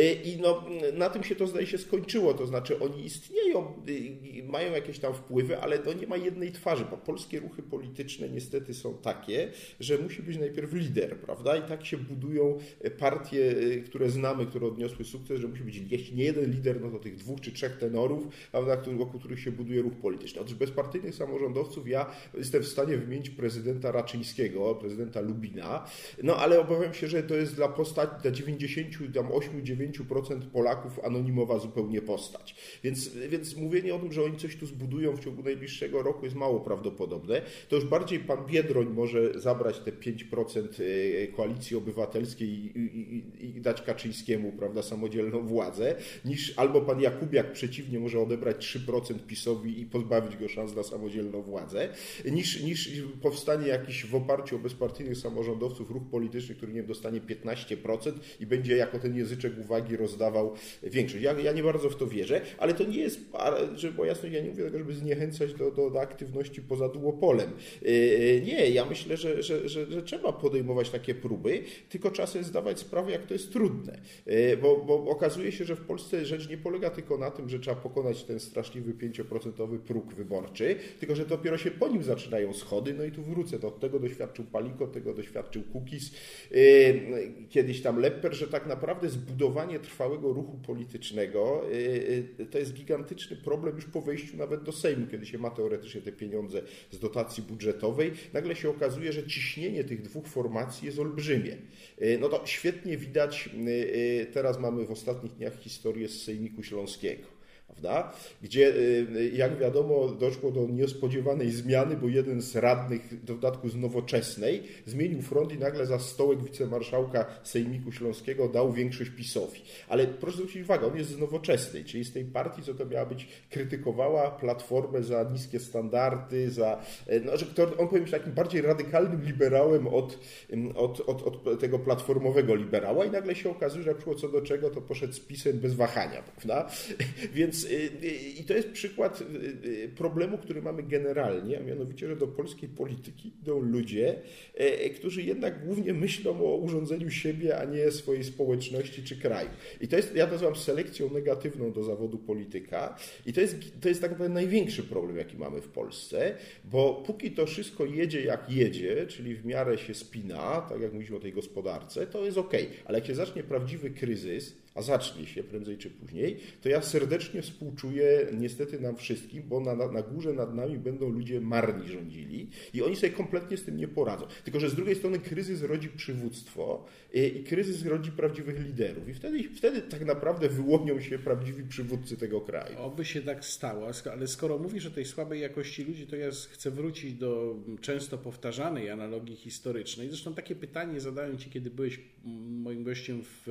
i no, na tym się to zdaje się skończyło, to znaczy oni istnieją, mają jakieś tam wpływy, ale to nie ma jednej twarzy, bo polskie ruchy polityczne niestety są takie, że musi być najpierw lider, prawda? I tak się budują partie, które znamy, które odniosły sukces, że musi być jeśli nie jeden lider, no to tych dwóch czy trzech tenorów, prawda, wokół których się buduje ruch polityczny. Otóż bezpartyjnych samorządowców ja jestem w stanie wymienić prezydenta Raczyńskiego, prezydenta Lubina, no ale obawiam się, że to jest dla postaci, dla dziewięćdziesiąt osiem do dziewięciu procent Polaków anonimowa zupełnie postać. Więc, więc mówienie o tym, że oni coś tu zbudują w ciągu najbliższego roku jest mało prawdopodobne. To już bardziej pan Biedroń może zabrać te pięć procent Koalicji Obywatelskiej i, i, i dać Kaczyńskiemu, prawda, samodzielną władzę, niż albo pan Jakubiak przeciwnie może odebrać trzy procent PiSowi i pozbawić go szans na samodzielną władzę, niż, niż powstanie jakiś w oparciu o bezpartyjnych samorządowców ruch polityczny, który nie wiem, dostanie piętnaście procent i będzie jako ten języczek uwagi rozdawał większość. Ja, ja nie bardzo w to wierzę, ale to nie jest, żeby było jasne, ja nie mówię tego, żeby zniechęcać do, do, do aktywności poza duopolem. Nie, ja myślę, że że, że, że trzeba podejmować takie próby, tylko trzeba sobie zdawać sprawę, jak to jest trudne. Bo, bo okazuje się, że w Polsce rzecz nie polega tylko na tym, że trzeba pokonać ten straszliwy pięcioprocentowy próg wyborczy, tylko że dopiero się po nim zaczynają schody. No i tu wrócę, to tego doświadczył Paliko, tego doświadczył Kukiz, kiedyś tam Lepper, że tak naprawdę zbudowanie trwałego ruchu politycznego to jest gigantyczny problem już po wejściu nawet do Sejmu, kiedy się ma teoretycznie te pieniądze z dotacji budżetowej. Nagle się okazuje, że ciśnienie tych dwóch formacji jest olbrzymie. No to świetnie widać, teraz mamy w ostatnich dniach historię z Sejmiku Śląskiego. Prawda? Gdzie, jak wiadomo, doszło do niespodziewanej zmiany, bo jeden z radnych, w dodatku z Nowoczesnej, zmienił front i nagle za stołek wicemarszałka Sejmiku Śląskiego dał większość PiS-owi. Ale proszę zwrócić uwagę, on jest z Nowoczesnej, czyli z tej partii, co to miała być, krytykowała Platformę za niskie standardy, za, no, że on powinien być takim bardziej radykalnym liberałem od, od, od, od tego platformowego liberała i nagle się okazuje, że jak przyszło co do czego, to poszedł z PiS-em bez wahania. Prawda? Więc i to jest przykład problemu, który mamy generalnie, a mianowicie, że do polskiej polityki idą ludzie, którzy jednak głównie myślą o urządzeniu siebie, a nie swojej społeczności czy kraju. I to jest, ja to nazywam selekcją negatywną do zawodu polityka i to jest, to jest tak naprawdę największy problem, jaki mamy w Polsce, bo póki to wszystko jedzie jak jedzie, czyli w miarę się spina, tak jak mówimy o tej gospodarce, to jest okej, ale jak się zacznie prawdziwy kryzys, a zacznie się prędzej czy później, to ja serdecznie współczuję niestety nam wszystkim, bo na, na górze nad nami będą ludzie marni rządzili i oni sobie kompletnie z tym nie poradzą. Tylko że z drugiej strony kryzys rodzi przywództwo i, i kryzys rodzi prawdziwych liderów i wtedy, wtedy tak naprawdę wyłonią się prawdziwi przywódcy tego kraju. Oby się tak stało, ale skoro mówisz o tej słabej jakości ludzi, to ja chcę wrócić do często powtarzanej analogii historycznej. Zresztą takie pytanie zadałem Ci, kiedy byłeś moim gościem w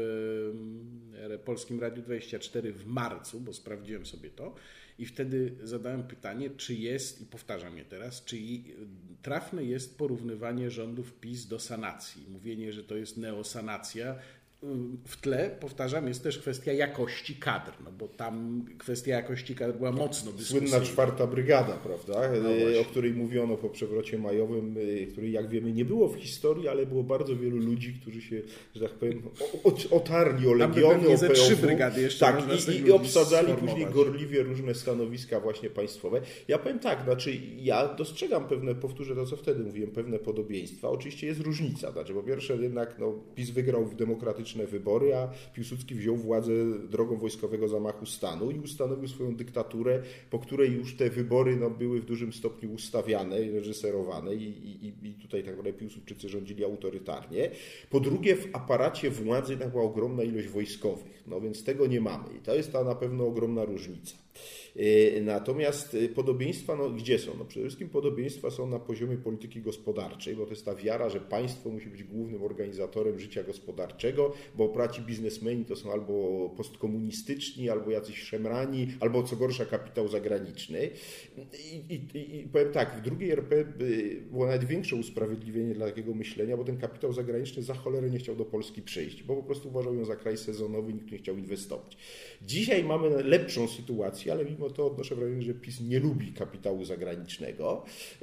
Polskim Radiu dwadzieścia cztery w marcu, bo sprawdziłem sobie to i wtedy zadałem pytanie, czy jest, i powtarzam je teraz, czy trafne jest porównywanie rządów PiS do sanacji. Mówienie, że to jest neosanacja. W tle, powtarzam, jest też kwestia jakości kadr, no bo tam kwestia jakości kadr była mocno dyskusyjna. Słynna czwarta brygada, prawda, no o której mówiono po przewrocie majowym, której jak wiemy nie było w historii, ale było bardzo wielu ludzi, którzy się, że tak powiem, otarli o legiony, o ze trzy brygady jeszcze tak, i, i obsadzali później gorliwie różne stanowiska właśnie państwowe. Ja powiem tak, znaczy ja dostrzegam pewne, powtórzę to, co wtedy mówiłem, pewne podobieństwa. Oczywiście jest różnica, znaczy po pierwsze jednak no, PiS wygrał w demokratycznym wybory, a Piłsudski wziął władzę drogą wojskowego zamachu stanu i ustanowił swoją dyktaturę, po której już te wybory no, były w dużym stopniu ustawiane i reżyserowane i, i, i tutaj tak naprawdę Piłsudczycy rządzili autorytarnie. Po drugie, w aparacie władzy była ogromna ilość wojskowych, no więc tego nie mamy i to jest ta na pewno ogromna różnica. Natomiast podobieństwa, no gdzie są? No przede wszystkim podobieństwa są na poziomie polityki gospodarczej, bo to jest ta wiara, że państwo musi być głównym organizatorem życia gospodarczego, bo opłaci biznesmeni to są albo postkomunistyczni, albo jacyś szemrani, albo co gorsza kapitał zagraniczny. I, i, i powiem tak, w drugiej R P było nawet większe usprawiedliwienie dla takiego myślenia, bo ten kapitał zagraniczny za cholerę nie chciał do Polski przyjść, bo po prostu uważał ją za kraj sezonowy i nikt nie chciał inwestować. Dzisiaj mamy lepszą sytuację, ale mimo to odnoszę wrażenie, że PiS nie lubi kapitału zagranicznego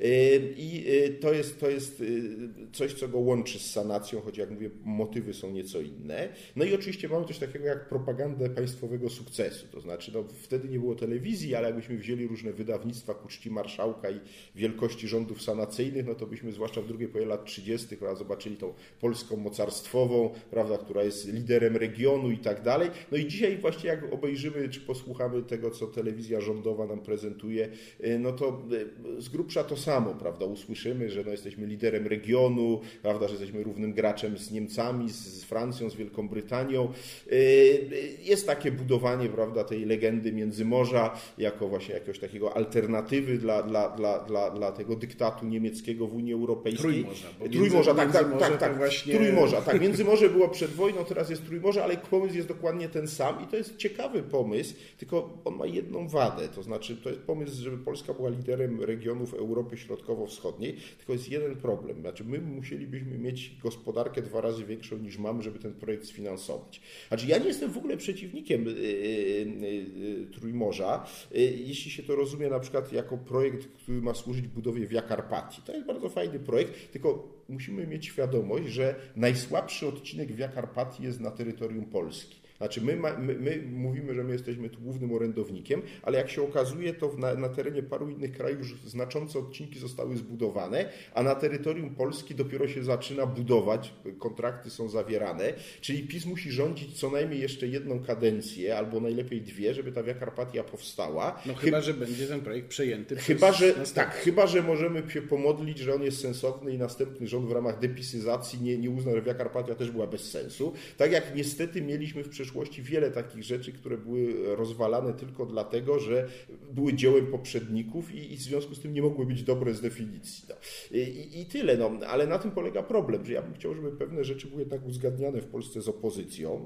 i to jest, to jest coś, co go łączy z sanacją, choć jak mówię, motywy są nieco inne. No i oczywiście mamy coś takiego jak propagandę państwowego sukcesu, to znaczy no, wtedy nie było telewizji, ale jakbyśmy wzięli różne wydawnictwa ku czci marszałka i wielkości rządów sanacyjnych, no to byśmy zwłaszcza w drugiej połowie lat trzydziestych prawda, zobaczyli tą Polską mocarstwową, prawda, która jest liderem regionu i tak dalej. No i dzisiaj właśnie jak obejrzymy czy posłuchamy tego, co telewizja rządowa nam prezentuje, no to z grubsza to samo, prawda, usłyszymy, że no jesteśmy liderem regionu, prawda, że jesteśmy równym graczem z Niemcami, z Francją, z Wielką Brytanią. Jest takie budowanie, prawda, tej legendy Międzymorza jako właśnie jakiegoś takiego alternatywy dla, dla, dla, dla, dla tego dyktatu niemieckiego w Unii Europejskiej. Trójmorza. Bo Trójmorza, tak, tak, tak, tak. Właśnie... Trójmorza, tak. Międzymorze było przed wojną, teraz jest Trójmorze, ale pomysł jest dokładnie ten sam i to jest ciekawy pomysł, tylko on ma jedną wadę. przesadę. To znaczy, to jest pomysł, żeby Polska była liderem regionów Europy Środkowo-Wschodniej, tylko jest jeden problem. Znaczy, my musielibyśmy mieć gospodarkę dwa razy większą niż mamy, żeby ten projekt sfinansować. Znaczy, ja nie jestem w ogóle przeciwnikiem yy, yy, Trójmorza, yy, jeśli się to rozumie na przykład jako projekt, który ma służyć budowie Via Carpatii. To jest bardzo fajny projekt, tylko musimy mieć świadomość, że najsłabszy odcinek Via Carpatii jest na terytorium Polski. Znaczy my, my, my mówimy, że my jesteśmy tu głównym orędownikiem, ale jak się okazuje, to na, na terenie paru innych krajów już znaczące odcinki zostały zbudowane, a na terytorium Polski dopiero się zaczyna budować, kontrakty są zawierane, czyli PiS musi rządzić co najmniej jeszcze jedną kadencję, albo najlepiej dwie, żeby ta Via Carpatia powstała. No chyba, Chy- że będzie ten projekt przejęty chyba, przez że następny. Tak, chyba, że możemy się pomodlić, że on jest sensowny i następny rząd w ramach depisyzacji nie, nie uzna, że Via Carpatia też była bez sensu. Tak jak niestety mieliśmy w przeszłości wiele takich rzeczy, które były rozwalane tylko dlatego, że były dziełem poprzedników i, i w związku z tym nie mogły być dobre z definicji. No. I, I tyle, no. Ale na tym polega problem, że ja bym chciał, żeby pewne rzeczy były jednak uzgadniane w Polsce z opozycją,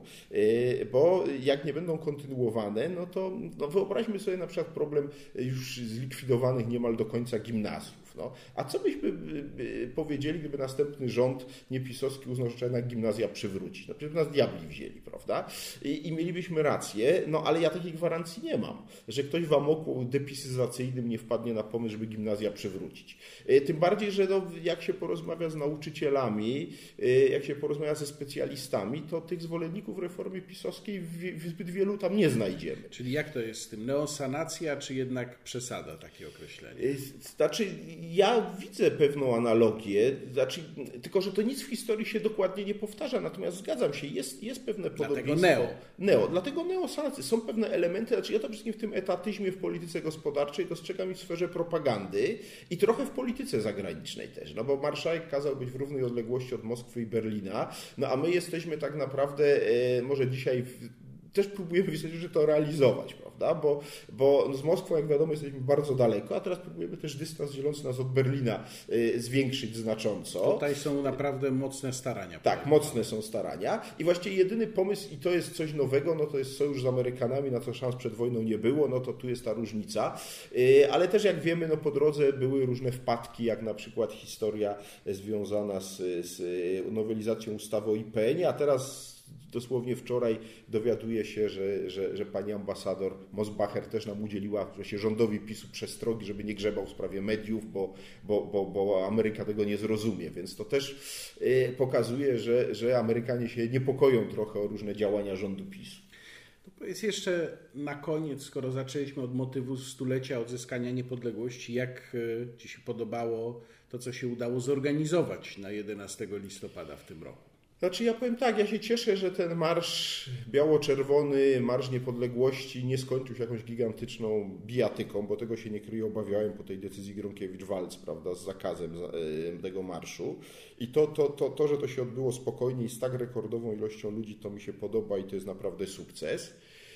bo jak nie będą kontynuowane, no to no wyobraźmy sobie na przykład problem już zlikwidowanych niemal do końca gimnazjów. No. A co byśmy powiedzieli, gdyby następny rząd niepisowski uznał, że trzeba jednak gimnazja przywrócić? No przecież nas diabli wzięli, prawda? I, I mielibyśmy rację, no ale ja takiej gwarancji nie mam, że ktoś w amoku depisyzacyjnym nie wpadnie na pomysł, żeby gimnazja przywrócić. Tym bardziej, że no, jak się porozmawia z nauczycielami, jak się porozmawia ze specjalistami, to tych zwolenników reformy pisowskiej w, w zbyt wielu tam nie znajdziemy. Czyli jak to jest z tym? Neosanacja, czy jednak przesada, takie określenie? Znaczy, ja widzę pewną analogię, znaczy, tylko że to nic w historii się dokładnie nie powtarza, natomiast zgadzam się, jest, jest pewne podobieństwo. Dlatego neo. Neo. Dlatego neosanacja. Są pewne elementy, znaczy ja to wszystkim w tym etatyzmie w polityce gospodarczej dostrzegam i w sferze propagandy i trochę w polityce zagranicznej też, no bo marszałek kazał być w równej odległości od Moskwy i Berlina, no a my jesteśmy tak naprawdę, e, może dzisiaj w, też próbujemy wystarczy, że to realizować, prawda? Bo, bo z Moskwą, jak wiadomo, jesteśmy bardzo daleko, a teraz próbujemy też dystans dzielący nas od Berlina y, zwiększyć znacząco. Tutaj są naprawdę mocne starania. Tak, mocne są starania i właściwie jedyny pomysł, i to jest coś nowego, no to jest sojusz z Amerykanami, na co szans przed wojną nie było, no to tu jest ta różnica. Y, ale też jak wiemy, no po drodze były różne wpadki, jak na przykład historia związana z, z nowelizacją ustawy o I P N ie, a teraz dosłownie wczoraj dowiaduje się, że, że, że pani ambasador Mosbacher też nam udzieliła się rządowi PiSu przestrogi, żeby nie grzebał w sprawie mediów, bo, bo, bo, bo Ameryka tego nie zrozumie. Więc to też y, pokazuje, że, że Amerykanie się niepokoją trochę o różne działania rządu PiSu. To powiedz jeszcze na koniec, skoro zaczęliśmy od motywu stulecia odzyskania niepodległości, jak Ci się podobało to, co się udało zorganizować na jedenastego listopada w tym roku? Znaczy ja powiem tak, ja się cieszę, że ten marsz biało-czerwony, Marsz Niepodległości nie skończył się jakąś gigantyczną bijatyką, bo tego się nie kryje, obawiałem po tej decyzji Gronkiewicz-Waltz, prawda, z zakazem tego marszu. I to, to, to, to, że to się odbyło spokojnie i z tak rekordową ilością ludzi, to mi się podoba i to jest naprawdę sukces.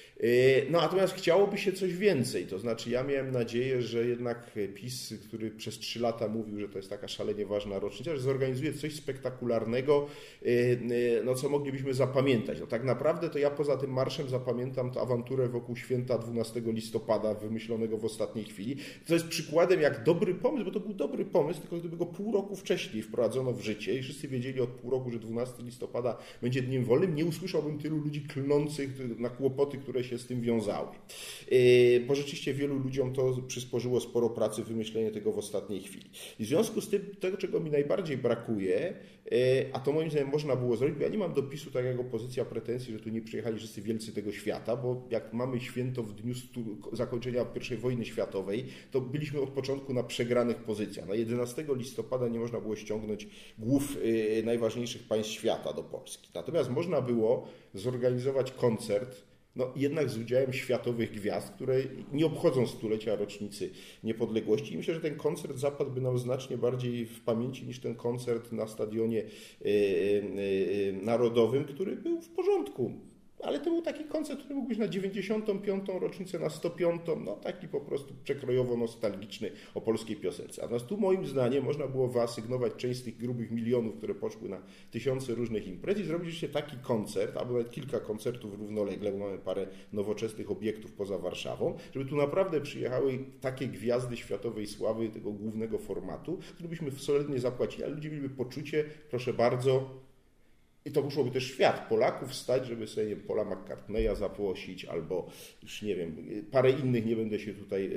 No natomiast chciałoby się coś więcej, to znaczy ja miałem nadzieję, że jednak PiS, który przez trzy lata mówił, że to jest taka szalenie ważna rocznica, że zorganizuje coś spektakularnego, no co moglibyśmy zapamiętać. No tak naprawdę to ja poza tym marszem zapamiętam tę awanturę wokół święta dwunastego listopada wymyślonego w ostatniej chwili. To jest przykładem jak dobry pomysł, bo to był dobry pomysł, tylko gdyby go pół roku wcześniej wprowadzono w życie i wszyscy wiedzieli od pół roku, że dwunastego listopada będzie dniem wolnym, nie usłyszałbym tylu ludzi klnących na kłopoty, które się z tym wiązały. Bo rzeczywiście wielu ludziom to przysporzyło sporo pracy wymyślenie tego w ostatniej chwili. I w związku z tym, tego czego mi najbardziej brakuje, a to moim zdaniem można było zrobić, bo ja nie mam do PiSu tak jak opozycja pretensji, że tu nie przyjechali wszyscy wielcy tego świata, bo jak mamy święto w dniu stu, zakończenia pierwszej wojny światowej, to byliśmy od początku na przegranych pozycjach. Na jedenastego listopada nie można było ściągnąć głów najważniejszych państw świata do Polski. Natomiast można było zorganizować koncert, no jednak z udziałem światowych gwiazd, które nie obchodzą stulecia rocznicy niepodległości. I myślę, że ten koncert zapadłby nam znacznie bardziej w pamięci niż ten koncert na stadionie narodowym, który był w porządku. ale to był taki koncert, który mógł być na dziewięćdziesiątą piątą rocznicę, na sto piątą, no taki po prostu przekrojowo nostalgiczny o polskiej piosence. Natomiast tu moim zdaniem można było wyasygnować część z tych grubych milionów, które poszły na tysiące różnych imprez i zrobić jeszcze taki koncert, albo nawet kilka koncertów równolegle, bo mamy parę nowoczesnych obiektów poza Warszawą, żeby tu naprawdę przyjechały takie gwiazdy światowej sławy tego głównego formatu, które byśmy solidnie zapłacili, ale ludzie mieliby poczucie, proszę bardzo, i to muszłoby też świat Polaków stać, żeby sobie nie, Paula McCartneya zapłosić, albo już nie wiem, parę innych, nie będę się tutaj,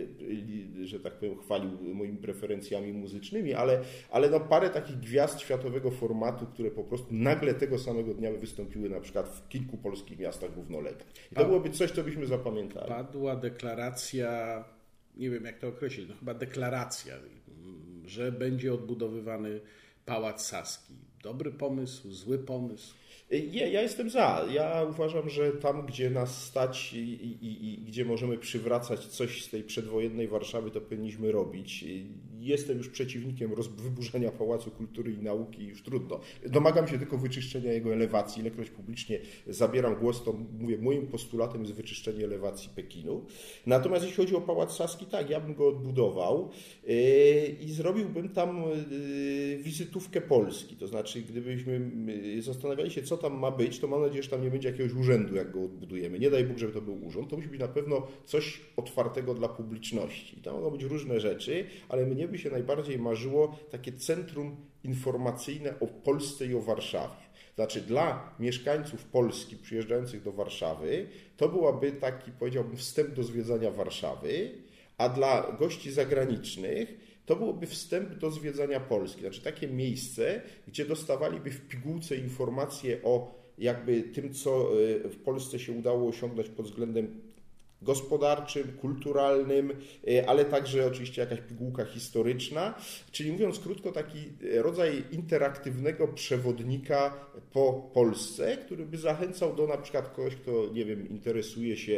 że tak powiem, chwalił moimi preferencjami muzycznymi, ale, ale no parę takich gwiazd światowego formatu, które po prostu nagle tego samego dnia wystąpiły na przykład w kilku polskich miastach równolegle. I to byłoby coś, co byśmy zapamiętali. Padła deklaracja, nie wiem jak to określić, no chyba deklaracja, że będzie odbudowywany Pałac Saski. Dobry pomysł, zły pomysł? Nie, ja jestem za. Ja uważam, że tam, gdzie nas stać i, i, i gdzie możemy przywracać coś z tej przedwojennej Warszawy, to powinniśmy robić. Jestem już przeciwnikiem roz... wyburzenia Pałacu Kultury i Nauki i już trudno. Domagam się tylko wyczyszczenia jego elewacji. Ilekroć publicznie zabieram głos, to mówię, moim postulatem jest wyczyszczenie elewacji Pekinu. Natomiast jeśli chodzi o Pałac Saski, tak, ja bym go odbudował yy, i zrobiłbym tam yy, wizytówkę Polski. To znaczy, gdybyśmy yy, zastanawiali się, co tam ma być, to mam nadzieję, że tam nie będzie jakiegoś urzędu, jak go odbudujemy. Nie daj Bóg, żeby to był urząd. To musi być na pewno coś otwartego dla publiczności. Tam mogą być różne rzeczy, ale mnie by się najbardziej marzyło takie centrum informacyjne o Polsce i o Warszawie. Znaczy dla mieszkańców Polski przyjeżdżających do Warszawy to byłaby taki, powiedziałbym, wstęp do zwiedzania Warszawy, a dla gości zagranicznych to byłoby wstęp do zwiedzania Polski. Znaczy takie miejsce, gdzie dostawaliby w pigułce informacje o jakby tym, co w Polsce się udało osiągnąć pod względem gospodarczym, kulturalnym, ale także oczywiście jakaś pigułka historyczna, czyli mówiąc krótko, taki rodzaj interaktywnego przewodnika po Polsce, który by zachęcał do na przykład kogoś, kto, nie wiem, interesuje się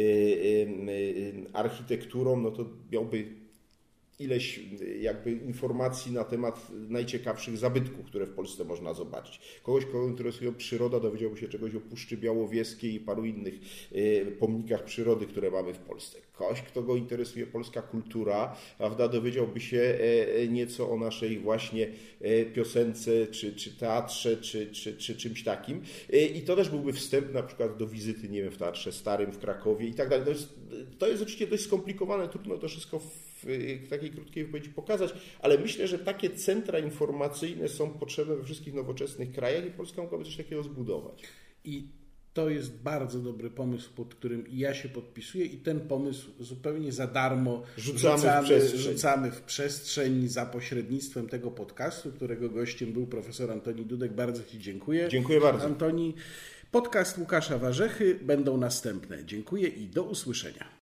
architekturą, no to miałby ileś jakby informacji na temat najciekawszych zabytków, które w Polsce można zobaczyć. Kogoś, kogo interesuje przyroda, dowiedziałby się czegoś o Puszczy Białowieskiej i paru innych pomnikach przyrody, które mamy w Polsce. Ktoś, kto go interesuje polska kultura, prawda, dowiedziałby się nieco o naszej właśnie piosence, czy, czy teatrze, czy, czy, czy czymś takim. I to też byłby wstęp na przykład do wizyty, nie wiem, w Teatrze Starym, w Krakowie i tak dalej. To jest, to jest oczywiście dość skomplikowane, trudno to wszystko w takiej krótkiej wypowiedzi pokazać, ale myślę, że takie centra informacyjne są potrzebne we wszystkich nowoczesnych krajach i Polska mogłaby coś takiego zbudować. I to jest bardzo dobry pomysł, pod którym ja się podpisuję i ten pomysł zupełnie za darmo rzucamy, rzucamy, w, przestrzeń. rzucamy w przestrzeń za pośrednictwem tego podcastu, którego gościem był profesor Antoni Dudek. Bardzo Ci dziękuję. Dziękuję bardzo. Antoni. Podcast Łukasza Warzechy będą następne. Dziękuję i do usłyszenia.